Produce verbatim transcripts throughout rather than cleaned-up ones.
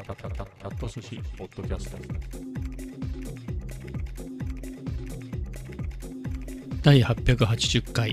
キャット寿司ポッドキャストだいはっぴゃくはちじゅっかい。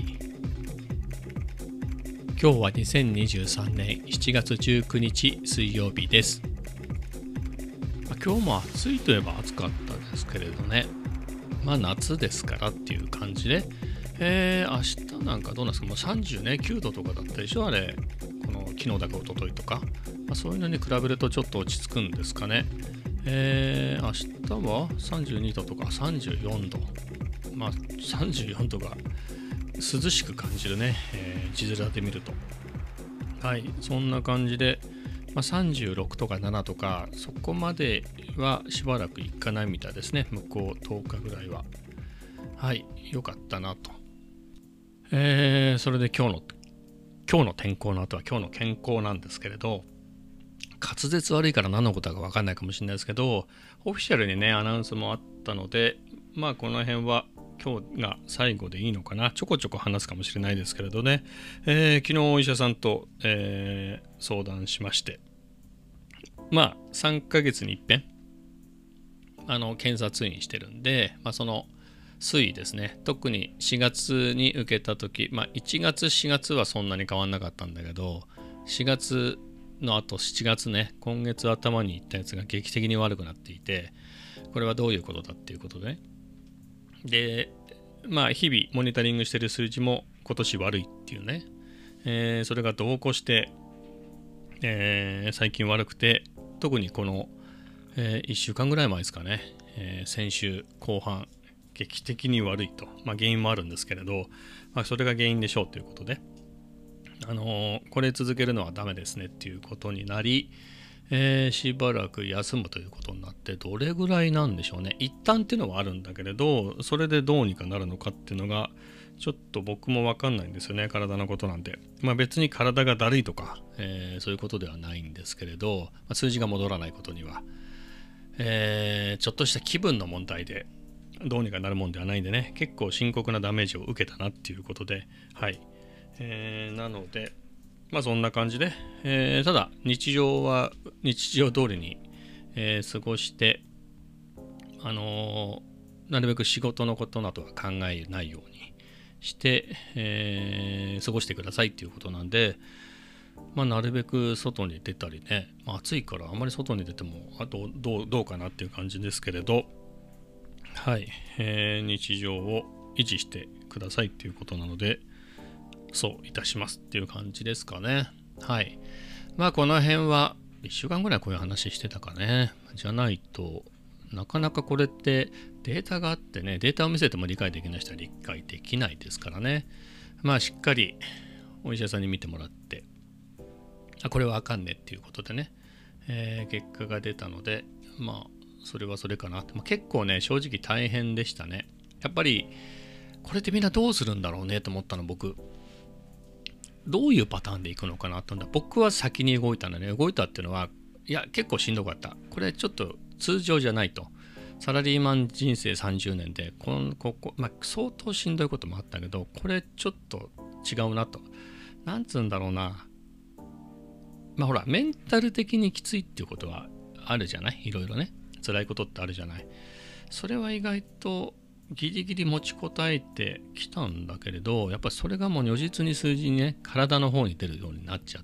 今日はにせんにじゅうさんねんしちがつじゅうくにち水曜日です。今日も暑いといえば暑かったですけれどね、まあ夏ですからっていう感じで、えー、明日なんかどうなんですか、もうさんじゅうきゅうどとかだったでしょ、あれ、この昨日だか一昨日とか、まあ、そういうのに比べるとちょっと落ち着くんですかね。えー、明日はさんじゅうにどとかさんじゅうよんど、まあさんじゅうよんどが涼しく感じるね、えー、地面で見ると。はい、そんな感じで、まあ、さんじゅうろくとかななとかそこまではしばらくいかないみたいですね、向こうとおかぐらいは。はい、よかったなと。えー、それで今日の今日の天候の後は今日の健康なんですけれど、滑舌悪いから何のことか分かんないかもしれないですけど、オフィシャルにねアナウンスもあったので、まあこの辺は今日が最後でいいのかな。ちょこちょこ話すかもしれないですけれどね、えー、昨日お医者さんと、えー、相談しまして、まあさんかげつに一遍あの検査通院してるんで、まあ、その推移ですね、特にしがつに受けた時、まあいちがつしがつはそんなに変わんなかったんだけど、しがつのあとしちがつね、今月頭に行ったやつが劇的に悪くなっていて、これはどういうことだっていうことで、ね、でまあ日々モニタリングしてる数字も今年悪いっていうね、えー、それが同行して、えー、最近悪くて、特にこの、えー、いっしゅうかんぐらい前ですかね、えー、先週後半劇的に悪いと、まあ原因もあるんですけれど、まあ、それが原因でしょうということで、あのー、これ続けるのはダメですねっていうことになり、えー、しばらく休むということになって、どれぐらいなんでしょうね。一旦っていうのはあるんだけれど、それでどうにかなるのかっていうのがちょっと僕も分かんないんですよね、体のことなんで。まあ別に体がだるいとか、えー、そういうことではないんですけれど、まあ、数字が戻らないことには、えー、ちょっとした気分の問題でどうにかなるもんではないんでね、結構深刻なダメージを受けたなっていうことで、はい、えー、なのでまあそんな感じで、えー、ただ日常は日常通りに、えー、過ごして、あのー、なるべく仕事のことなどは考えないようにして、えー、過ごしてくださいっていうことなんで、まあなるべく外に出たりね、まあ、暑いからあんまり外に出てもあとどう、どうかなっていう感じですけれど、はい、えー、日常を維持してくださいっていうことなので、そういたしますっていう感じですかね。はい。まあこの辺はいっしゅうかんぐらいこういう話してたかね。じゃないとなかなかこれってデータがあってね、データを見せても理解できない人は理解できないですからね。まあしっかりお医者さんに見てもらって、あ、これはあかんねっていうことでね、えー、結果が出たので、まあそれはそれかなって、まあ、結構ね正直大変でしたね。やっぱりこれってみんなどうするんだろうねと思ったの、僕。どういうパターンでいくのかなと思った。僕は先に動いたのね。動いたっていうのは、いや結構しんどかった。これちょっと通常じゃないと。サラリーマン人生さんじゅうねんでこのここ、まあ、相当しんどいこともあったけど、これちょっと違うなと。なんつうんだろうな。まあほら、メンタル的にきついっていうことはあるじゃない、いろいろね。辛いことってあるじゃない。それは意外とギリギリ持ちこたえてきたんだけれど、やっぱりそれがもう如実に数字にね、体の方に出るようになっちゃって、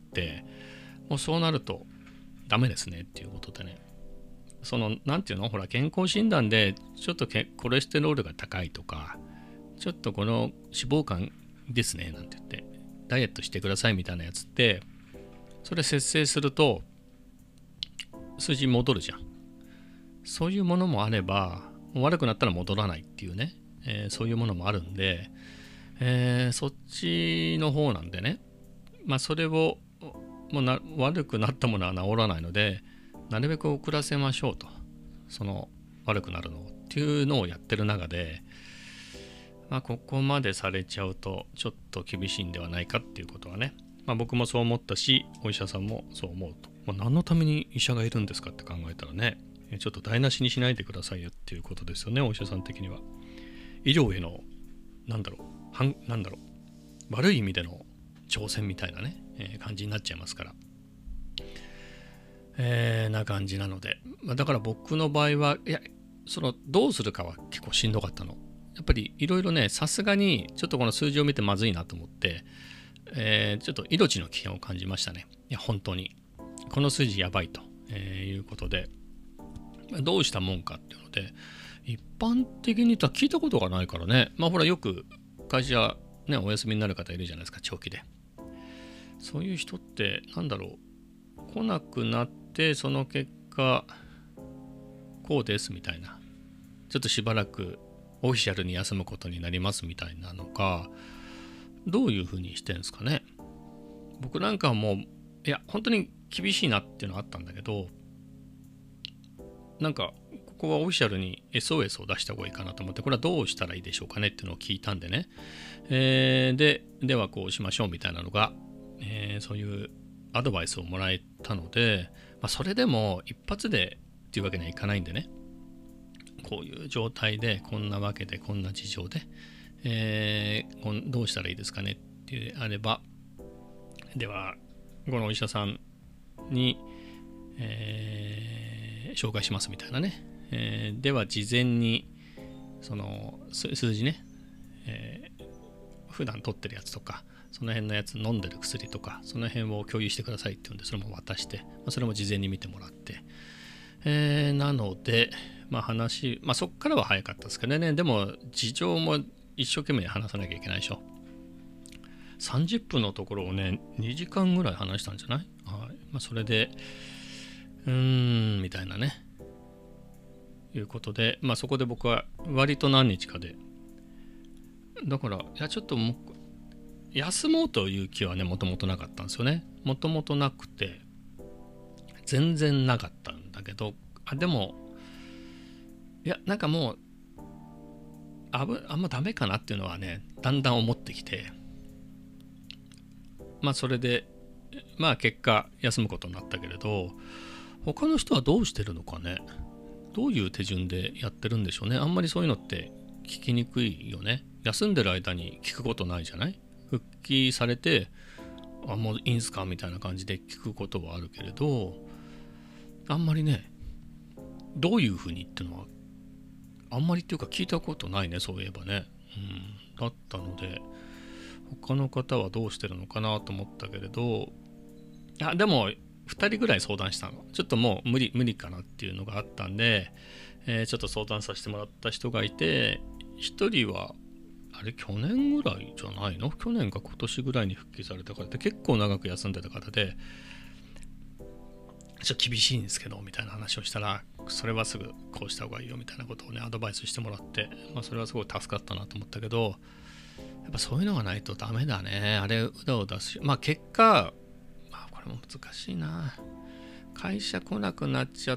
もうそうなるとダメですねっていうことでね、そのなんていうの、ほら健康診断でちょっとコレステロールが高いとか、ちょっとこの脂肪肝ですねなんて言ってダイエットしてくださいみたいなやつって、それ節制すると数字戻るじゃん。そういうものもあれば、悪くなったら戻らないっていうね、えー、そういうものもあるんで、えー、そっちの方なんでね、まあそれをもうな悪くなったものは治らないので、なるべく遅らせましょうと、その悪くなるのっていうのをやってる中で、まあここまでされちゃうとちょっと厳しいんではないかっていうことはね、まあ僕もそう思ったし、お医者さんもそう思うと。まあ、何のために医者がいるんですかって考えたらね、ちょっと台無しにしないでくださいよっていうことですよね、お医者さん的には。医療へのなんだろうはんなんだろう悪い意味での挑戦みたいなね、えー、感じになっちゃいますから。 えーな感じなので、まあ、だから僕の場合はいやそのどうするかは結構しんどかったの。やっぱりいろいろね、さすがにちょっとこの数字を見てまずいなと思って、えーちょっと命の危険を感じましたね。いや本当にこの数字やばいと、えーいうことで、どうしたもんかっていうので、一般的に言ったら聞いたことがないからね。まあほらよく会社ねお休みになる方いるじゃないですか、長期で。そういう人ってなんだろう、来なくなってその結果こうですみたいな、ちょっとしばらくオフィシャルに休むことになりますみたいなのか、どういうふうにしてんですかね。僕なんかはもういや本当に厳しいなっていうのがあったんだけど、なんかここはオフィシャルに エスオーエス を出した方がいいかなと思って、これはどうしたらいいでしょうかねっていうのを聞いたんでね、えー、でではこうしましょうみたいなのが、えーそういうアドバイスをもらえたので、まあ、それでも一発でっていうわけにはいかないんでね、こういう状態でこんなわけでこんな事情で、えーこんどうしたらいいですかねってあれば、ではこのお医者さんに、えー紹介しますみたいなね、えーでは事前にその数字ね、えー普段取ってるやつとかその辺のやつ、飲んでる薬とかその辺を共有してくださいって言うんで、それも渡して、まあ、それも事前に見てもらって、えーなのでまあ話、まあそっからは早かったですけどね。でも事情も一生懸命話さなきゃいけないでしょ。さんじゅっぷんのところをねにじかんぐらい話したんじゃない？はい。まあそれでうーんみたいなねいうことで、まあそこで僕は割と何日かで、だからいやちょっともう休もうという気はねもともとなかったんですよね。もともとなくて全然なかったんだけど、あでもいやなんかもうあぶあんまダメかなっていうのはねだんだん思ってきて、まあそれでまあ結果休むことになったけれど、他の人はどうしてるのかね、どういう手順でやってるんでしょうね。あんまりそういうのって聞きにくいよね。休んでる間に聞くことないじゃない。復帰されてあもういいんすかみたいな感じで聞くことはあるけれど、あんまりねどういうふうにっていうのはあんまりっていうか聞いたことないね、そういえばね。うんだったので他の方はどうしてるのかなと思ったけれど、あでもふたりぐらい相談したの。ちょっともう無理無理かなっていうのがあったんで、えーちょっと相談させてもらった人がいて、ひとりはあれ去年ぐらいじゃないの、去年か今年ぐらいに復帰された方で結構長く休んでた方で、ちょっと厳しいんですけどみたいな話をしたら、それはすぐこうした方がいいよみたいなことをねアドバイスしてもらって、まあ、それはすごい助かったなと思ったけど、やっぱそういうのがないとダメだね。あれうだうだし、まあ結果、まあこれも難しいな。会社来なくなっちゃって、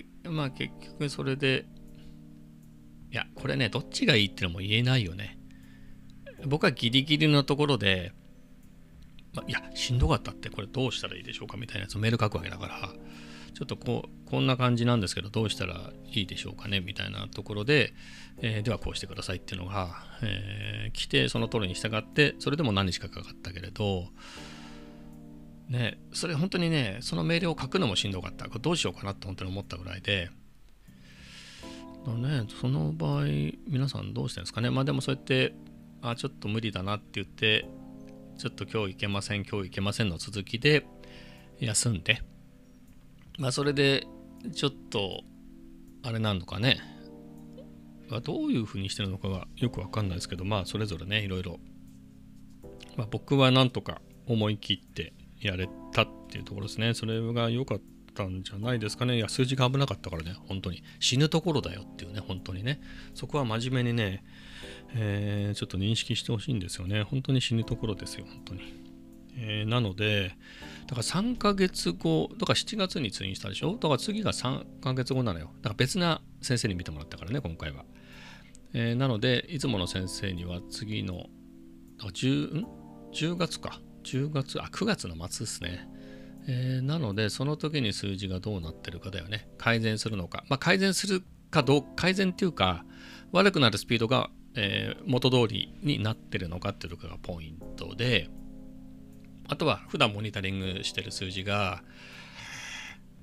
まあ結局それで、いやこれねどっちがいいってのも言えないよね。僕はギリギリのところで、まあ、いやしんどかったって、これどうしたらいいでしょうかみたいなやつをメール書くわけだから、ちょっとこうこんな感じなんですけどどうしたらいいでしょうかねみたいなところで、えーではこうしてくださいっていうのが、えー来て、その通りに従って、それでも何日かかかったけれどね、それ本当にねそのメールを書くのもしんどかった。これどうしようかなって本当に思ったぐらいで、だね、その場合皆さんどうしてるんですかね。まあでもそうやってあちょっと無理だなって言って、ちょっと今日行けません今日行けませんの続きで休んで、まあそれでちょっとあれなのかね、どういうふうにしてるのかがよくわかんないですけど、まあそれぞれねいろいろ、まあ、僕はなんとか思い切ってやれたっていうところですね。それが良かったんじゃないですかね。いや数字が危なかったからね、本当に死ぬところだよっていうね、本当にねそこは真面目にね、えーちょっと認識してほしいんですよね。本当に死ぬところですよ本当に。えーなのでだからさんかげつご、だからしちがつに通院したでしょ。だから次がさんかげつごなのよ。だから別な先生に見てもらったからね今回は。えーなのでいつもの先生には次のだから 10, んじゅうがつかじゅうがつあくがつの末ですね。えーなのでその時に数字がどうなってるかだよね。改善するのか、まあ、改善するかどう改善っていうか悪くなるスピードが、えー元通りになってるのかっていうのがポイントで、あとは普段モニタリングしてる数字が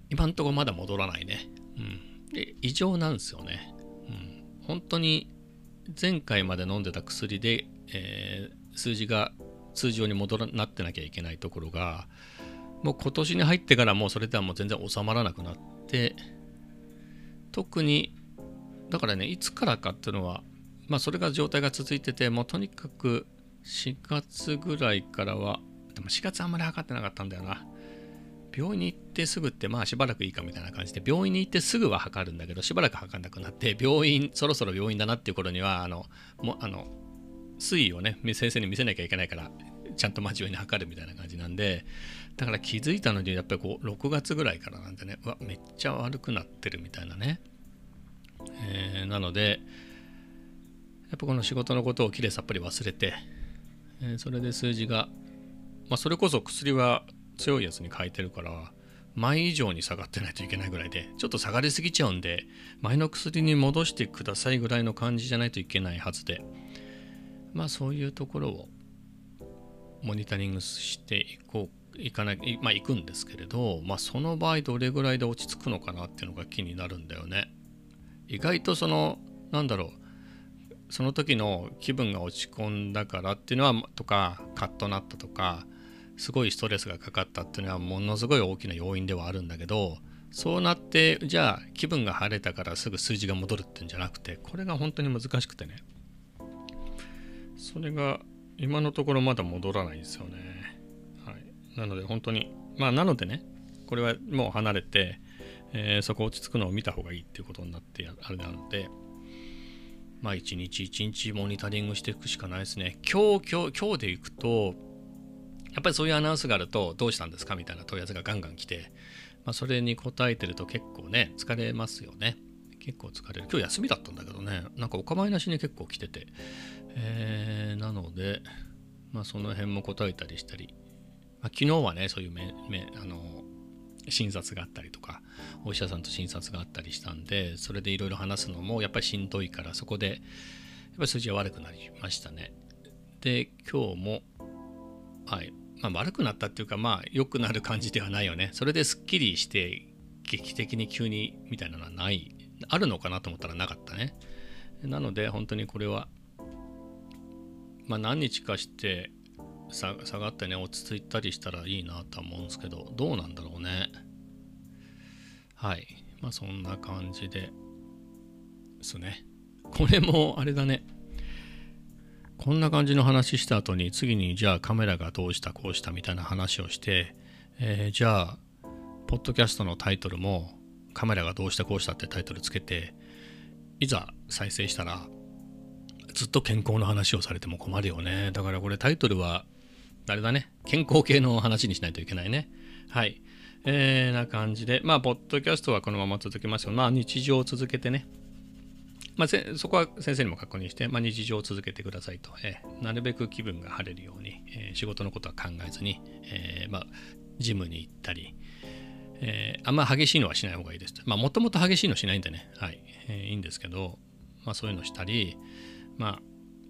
今んところまだ戻らないね。うん。で、異常なんですよね。うん。本当に前回まで飲んでた薬で、えー、数字が通常に戻らなってなきゃいけないところが、もう今年に入ってからもうそれではもう全然収まらなくなって、特にだからね、いつからかっていうのは、まあそれが状態が続いてて、もうとにかくしがつぐらいからは、でもしがつあんまり測ってなかったんだよな。病院に行ってすぐってまあしばらくいいかみたいな感じで、病院に行ってすぐは測るんだけど、しばらく測んなくなって、病院そろそろ病院だなっていう頃には、あのもあの推移をね先生に見せなきゃいけないから、ちゃんと真面目に測るみたいな感じなんで、だから気づいたのにやっぱりこうろくがつぐらいからなんでね、うわめっちゃ悪くなってるみたいなね、えー、なのでやっぱこの仕事のことをきれいさっぱり忘れて、えー、それで数字が、まあ、それこそ薬は強いやつに変えてるから前以上に下がってないといけないぐらいで、ちょっと下がりすぎちゃうんで前の薬に戻してくださいぐらいの感じじゃないといけないはずで、まあそういうところをモニタリングしていこういかない、まあ行くんですけれど、まあその場合どれぐらいで落ち着くのかなっていうのが気になるんだよね。意外とそのなんだろう、その時の気分が落ち込んだからっていうのはとか、カッとなったとか、すごいストレスがかかったっていうのはものすごい大きな要因ではあるんだけど、そうなってじゃあ気分が晴れたからすぐ数字が戻るっていうんじゃなくて、これが本当に難しくてね、それが今のところまだ戻らないんですよね。はい、なので本当にまあなのでね、これはもう離れて、えー、そこ落ち着くのを見た方がいいっていうことになってあれなので、まあ一日一日モニタリングしていくしかないですね。今日今日今日でいくとやっぱりそういうアナウンスがあるとどうしたんですかみたいな問い合わせがガンガン来て、まあ、それに答えてると結構ね疲れますよね。結構疲れる。今日休みだったんだけどね、なんかお構いなしに結構来てて、えー、なのでまあその辺も答えたりしたり、まあ、昨日はねそういうめめあの診察があったりとかお医者さんと診察があったりしたんで、それでいろいろ話すのもやっぱりしんどいから、そこでやっぱり数字が悪くなりましたね。で今日もはいまあ、悪くなったっていうか、まあ良くなる感じではないよね。それですっきりして劇的に急にみたいなのはない、あるのかなと思ったらなかったね。なので本当にこれはまあ何日かして下がってね落ち着いたりしたらいいなとは思うんですけど、どうなんだろうね。はいまあそんな感じでですね。これもあれだね、こんな感じの話した後に次にじゃあカメラがどうしたこうしたみたいな話をして、えー、じゃあポッドキャストのタイトルもカメラがどうしたこうしたってタイトルつけて、いざ再生したらずっと健康の話をされても困るよね。だからこれタイトルはあれだね、健康系の話にしないといけないね。はいえー、な感じで、まあポッドキャストはこのまま続けますけど、まあ日常を続けてね、まあ、そこは先生にも確認して、まあ、日常を続けてくださいと、えー、なるべく気分が晴れるように、えー、仕事のことは考えずに、えーまあ、ジムに行ったり、えー、あんま激しいのはしない方がいいですと。まあもともと激しいのしないんでね、はい、えー、いいんですけど、まあそういうのしたり、まあ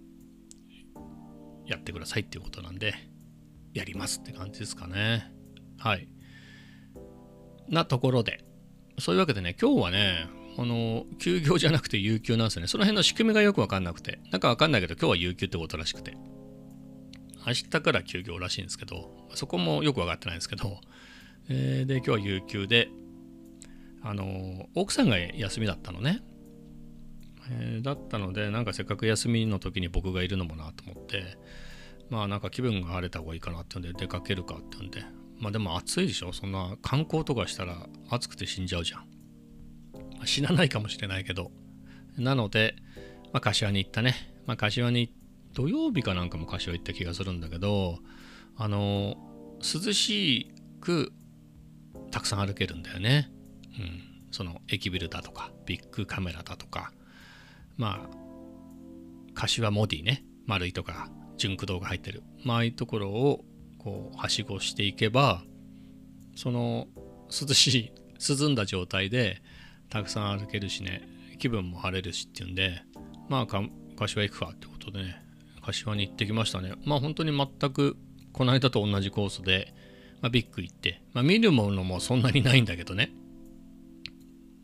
やってくださいっていうことなんで、やりますって感じですかね。はい。なところで、そういうわけでね、今日はね、あの休業じゃなくて有給なんですよね。その辺の仕組みがよく分かんなくて、なんか分かんないけど今日は有給ってことらしくて、明日から休業らしいんですけど、そこもよく分かってないんですけど、えー、で今日は有給で、あの奥さんが休みだったのね、えー、だったのでなんかせっかく休みの時に僕がいるのもなと思って、まあなんか気分が晴れた方がいいかなってんで出かけるかってんで、まあでも暑いでしょ、そんな観光とかしたら暑くて死んじゃうじゃん。死なないかもしれないけど、なので、まあ、柏に行ったね。まあ、柏に土曜日かなんかも柏行った気がするんだけど、あの涼しくたくさん歩けるんだよね。うん、その駅ビルだとかビッグカメラだとか、まあ柏モディね、丸いとか純駆動が入ってる、まあああいうところをこうはしごしていけば、その涼しい涼んだ状態でたくさん歩けるしね、気分も晴れるしっていうんで、まあか柏行くかってことでね、柏に行ってきましたね。まあ本当に全くこの間と同じコースで、まあ、ビッグ行って、まあ、見るものもそんなにないんだけどね、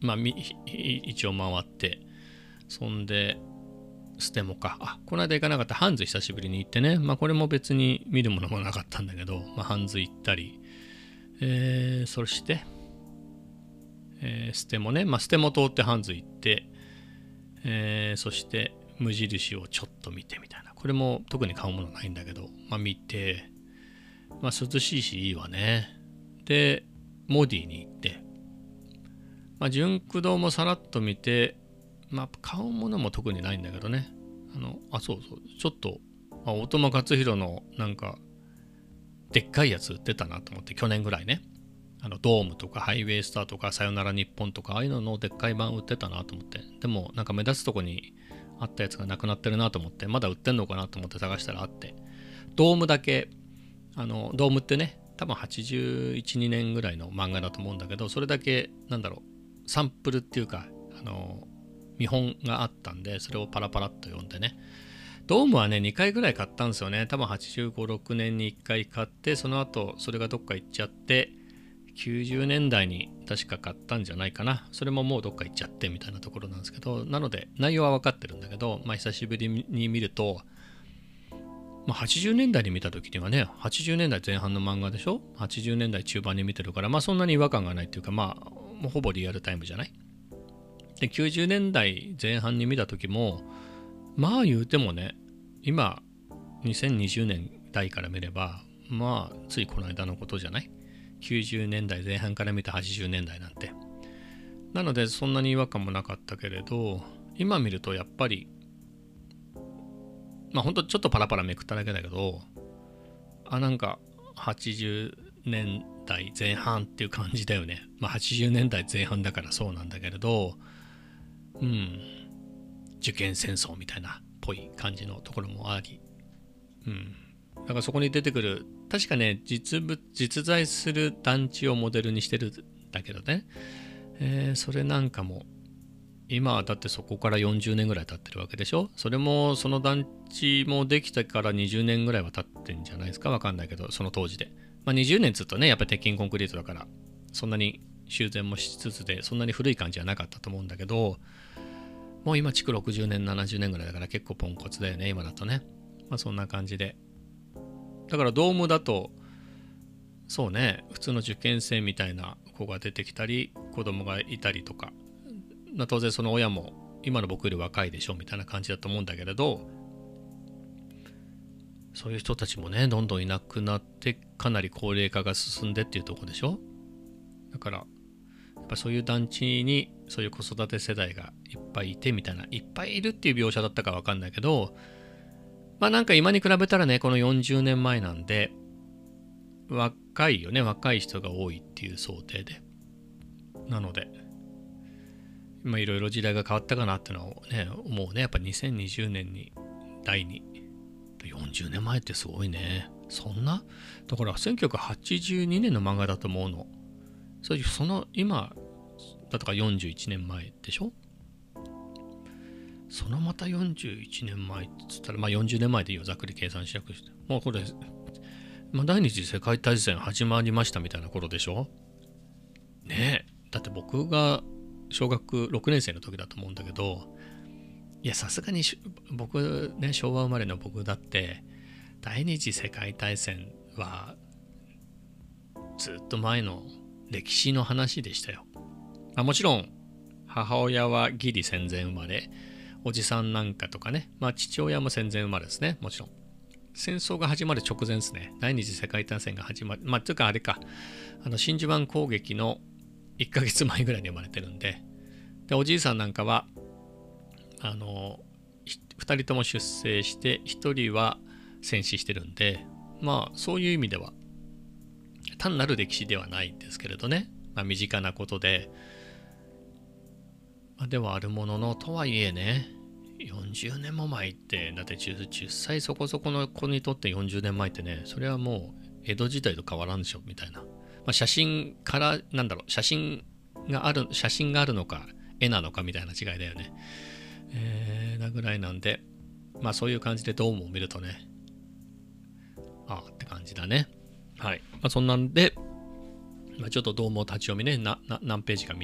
まあみ一応回って、そんでステモか、あ、この間行かなかったハンズ久しぶりに行ってね、まあこれも別に見るものもなかったんだけど、まあハンズ行ったり、えー、そして、えー、ステモね、まあステモ通ってハンズ行って、えー、そして無印をちょっと見てみたいな、これも特に買うものないんだけど、まあ見て、まあ涼しいしいいわね。で、モディに行って、まあ純駆動もさらっと見て、まあ買うものも特にないんだけどね。あの、あ、そうそう、ちょっと、まあ、大友克洋のなんか、でっかいやつ売ってたなと思って、去年ぐらいね。あの、ドームとかハイウェイスターとかさよなら日本とか、ああいうののでっかい版売ってたなと思って。でも、なんか目立つとこにあったやつがなくなってるなと思って、まだ売ってんのかなと思って探したらあって、ドームだけ、あの、ドームってね、多分はちじゅういち、にねんぐらいの漫画だと思うんだけど、それだけ、なんだろう、サンプルっていうか、あの、見本があったんで、それをパラパラっと読んでね。ドームはね、にかいぐらい買ったんですよね。多分はちじゅうご、ろくねんにいっかい買って、その後、それがどっか行っちゃって、きゅうじゅうねんだいに確か買ったんじゃないかな。それももうどっか行っちゃってみたいなところなんですけど、なので、内容は分かってるんだけど、まあ久しぶりに見ると、まあ、はちじゅうねんだいに見た時にはね、はちじゅうねんだいぜん半の漫画でしょ ?はちじゅうねんだい中盤に見てるから、まあそんなに違和感がないっていうか、まあ、もうほぼリアルタイムじゃない？で、きゅうじゅうねんだいぜん半に見た時も、まあ言うてもね、今、にせんにじゅうねんだいから見れば、まあ、ついこの間のことじゃない？ きゅうじゅうねんだいぜん半から見たはちじゅうねんだいなんて。なので、そんなに違和感もなかったけれど、今見るとやっぱり、まあほんとちょっとパラパラめくっただけだけど、あ、なんかはちじゅうねんだいぜん半っていう感じだよね。まあはちじゅうねんだいぜん半だからそうなんだけれど、うん、受験戦争みたいなっぽい感じのところもあり、うん。だからそこに出てくる、確かね、実物、実在する団地をモデルにしてるんだけどね、えー、それなんかも、今はだってそこからよんじゅうねんぐらい経ってるわけでしょ。それもその団地もできてからにじゅうねんぐらいは経ってんじゃないですか。わかんないけど、その当時で。まあにじゅうねんつうとね、やっぱり鉄筋コンクリートだから、そんなに修繕もしつつで、そんなに古い感じはなかったと思うんだけど、もう今築ろくじゅうねん、ななじゅうねんぐらいだから結構ポンコツだよね、今だとね。まあそんな感じで。だからドームだと、そうね、普通の受験生みたいな子が出てきたり、子供がいたりとか、当然その親も今の僕より若いでしょみたいな感じだと思うんだけれど、そういう人たちもねどんどんいなくなってかなり高齢化が進んでっていうところでしょ。だからやっぱそういう団地にそういう子育て世代がいっぱいいてみたいな、いっぱいいるっていう描写だったか分かんないけど、まあなんか今に比べたらね、このよんじゅうねんまえなんで若いよね、若い人が多いっていう想定で、なのでまあいろいろ時代が変わったかなってのはね、思うね。やっぱにせんにじゅうねんに第二よんじゅうねんまえってすごいね。そんなだからせんきゅうひゃくはちじゅうにねんの漫画だと思うの。それその今だとかよんじゅういちねんまえでしょ。そのまたよんじゅういちねんまえって言ったらまあよんじゅうねんまえでいいよ、ざっくり計算しなくして。もうこれ、まあ、第二次世界大戦始まりましたみたいな頃でしょ。ねえ、だって僕が小学ろくねん生の時だと思うんだけど、いやさすがに僕ね、昭和生まれの僕だって第二次世界大戦はずっと前の歴史の話でしたよ。あ、もちろん母親はギリ戦前生まれ、おじさんなんかとかね、まあ父親も戦前生まれですね。もちろん戦争が始まる直前ですね。第二次世界大戦が始まる、まあというかあれか、あの真珠湾攻撃のいっかげつまえぐらいに生まれてるんで、でおじいさんなんかはあのふたりとも出征してひとりは戦死してるんで、まあそういう意味では単なる歴史ではないんですけれどね、まあ、身近なことで、まあ、ではあるものの、とはいえね、よんじゅうねんも前って、だって 10, じゅっさいそこそこの子にとってよんじゅうねんまえってね、それはもう江戸時代と変わらんでしょみたいな、まあ、写真からなんだろう、写真がある写真があるのか絵なのかみたいな違いだよね。えー、なぐらいなんで、まあそういう感じでドームを見るとね、ああって感じだね。はい。まあそんなんで、まあ、ちょっとドームを立ち読みね、なな何ページか見て、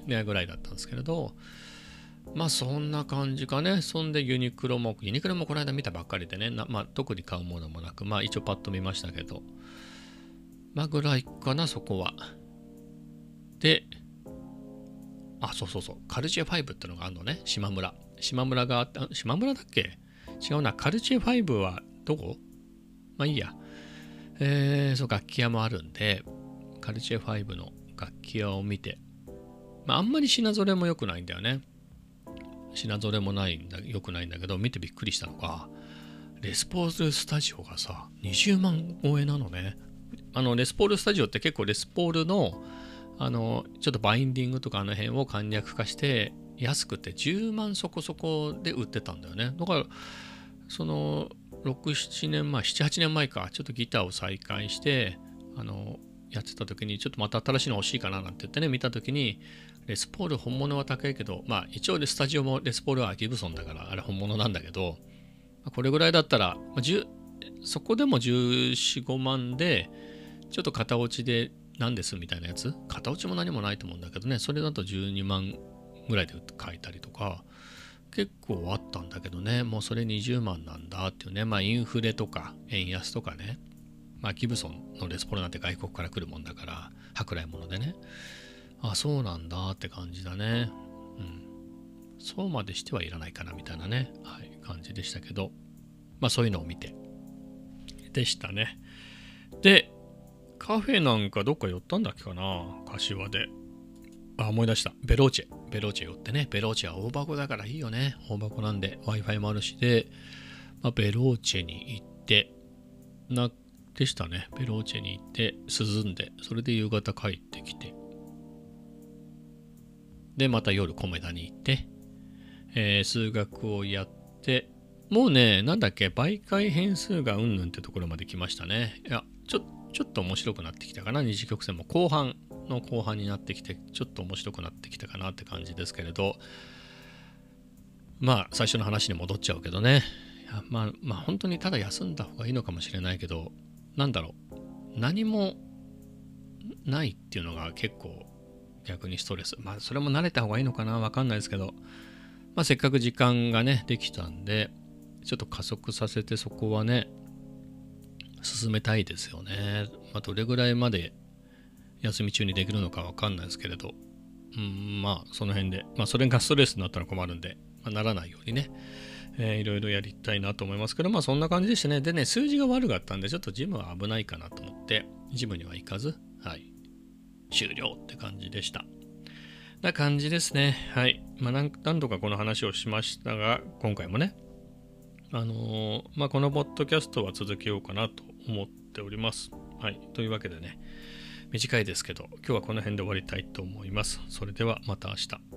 ね、ぐらいだったんですけれど、まあそんな感じかね。そんでユニクロも、ユニクロもこの間見たばっかりでね、なまあ特に買うものもなく、まあ一応パッと見ましたけど、まあぐらいかな、そこは。で、あ、そうそうそう、カルチェファイブってのがあるのね、島村。島村があって、島村だっけ？違うな、カルチェファイブはどこ？まあいいや。えー、そう、楽器屋もあるんで、カルチェファイブの楽器屋を見て、まああんまり品揃えも良くないんだよね。品揃えもないんだ、良くないんだけど、見てびっくりしたのが、レスポールスタジオがさ、にじゅうまん超えなのね。あの、レスポールスタジオって結構レスポールの、あの、ちょっとバインディングとかあの辺を簡略化して、安くてじゅうまんそこそこで売ってたんだよね。だから、その、ろく、ななねんまえ、なな、はちねんまえか、ちょっとギターを再開して、あの、やってた時に、ちょっとまた新しいの欲しいかななんて言ってね、見た時に、レスポール本物は高いけど、まあ一応スタジオもレスポールはギブソンだから、あれ本物なんだけど、これぐらいだったら、まあ、そこでもじゅうよん、ごまんで、ちょっと型落ちで何ですみたいなやつ、型落ちも何もないと思うんだけどね、それだとじゅうにまんぐらいで買えたりとか、結構あったんだけどね、もうそれにじゅうまんなんだっていうね、まあインフレとか円安とかね、まあギブソンのレスポールなんて外国から来るもんだから、舶来物でね、あ、そうなんだって感じだね。うん。そうまでしてはいらないかなみたいなね、はい、感じでしたけど、まあそういうのを見てでしたね。で、カフェなんかどっか寄ったんだっけかな、柏で。あ、思い出した。ベローチェ。ベローチェ寄ってね。ベローチェは大箱だからいいよね。大箱なんで Wi-Fi もあるしで、まあ、ベローチェに行って、な、でしたね。ベローチェに行って、涼んで、それで夕方帰ってきて、で、また夜コメダに行って、えー、数学をやって、もうね、なんだっけ、媒介変数がうんぬんってところまで来ましたね。いや、ちょ、ちょっと面白くなってきたかな。二次曲線も後半の後半になってきて、ちょっと面白くなってきたかなって感じですけれど、まあ、最初の話に戻っちゃうけどね。いやまあ、まあ、本当にただ休んだ方がいいのかもしれないけど、なんだろう、何もないっていうのが結構逆にストレス。まあ、それも慣れた方がいいのかな、わかんないですけど、まあ、せっかく時間がね、できたんで、ちょっと加速させてそこはね、進めたいですよね。まあ、どれぐらいまで休み中にできるのかわかんないですけれど、うん、まあ、その辺で、まあ、それがストレスになったら困るんで、まあ、ならないようにね、えー、いろいろやりたいなと思いますけど、まあ、そんな感じでしてね。でね、数字が悪かったんで、ちょっとジムは危ないかなと思って、ジムには行かず、はい、終了って感じでした。な感じですね。はい。まあ何、何度かこの話をしましたが、今回もね、あのー、まあ、このポッドキャストは続けようかなと思っております。はい。というわけでね、短いですけど、今日はこの辺で終わりたいと思います。それではまた明日。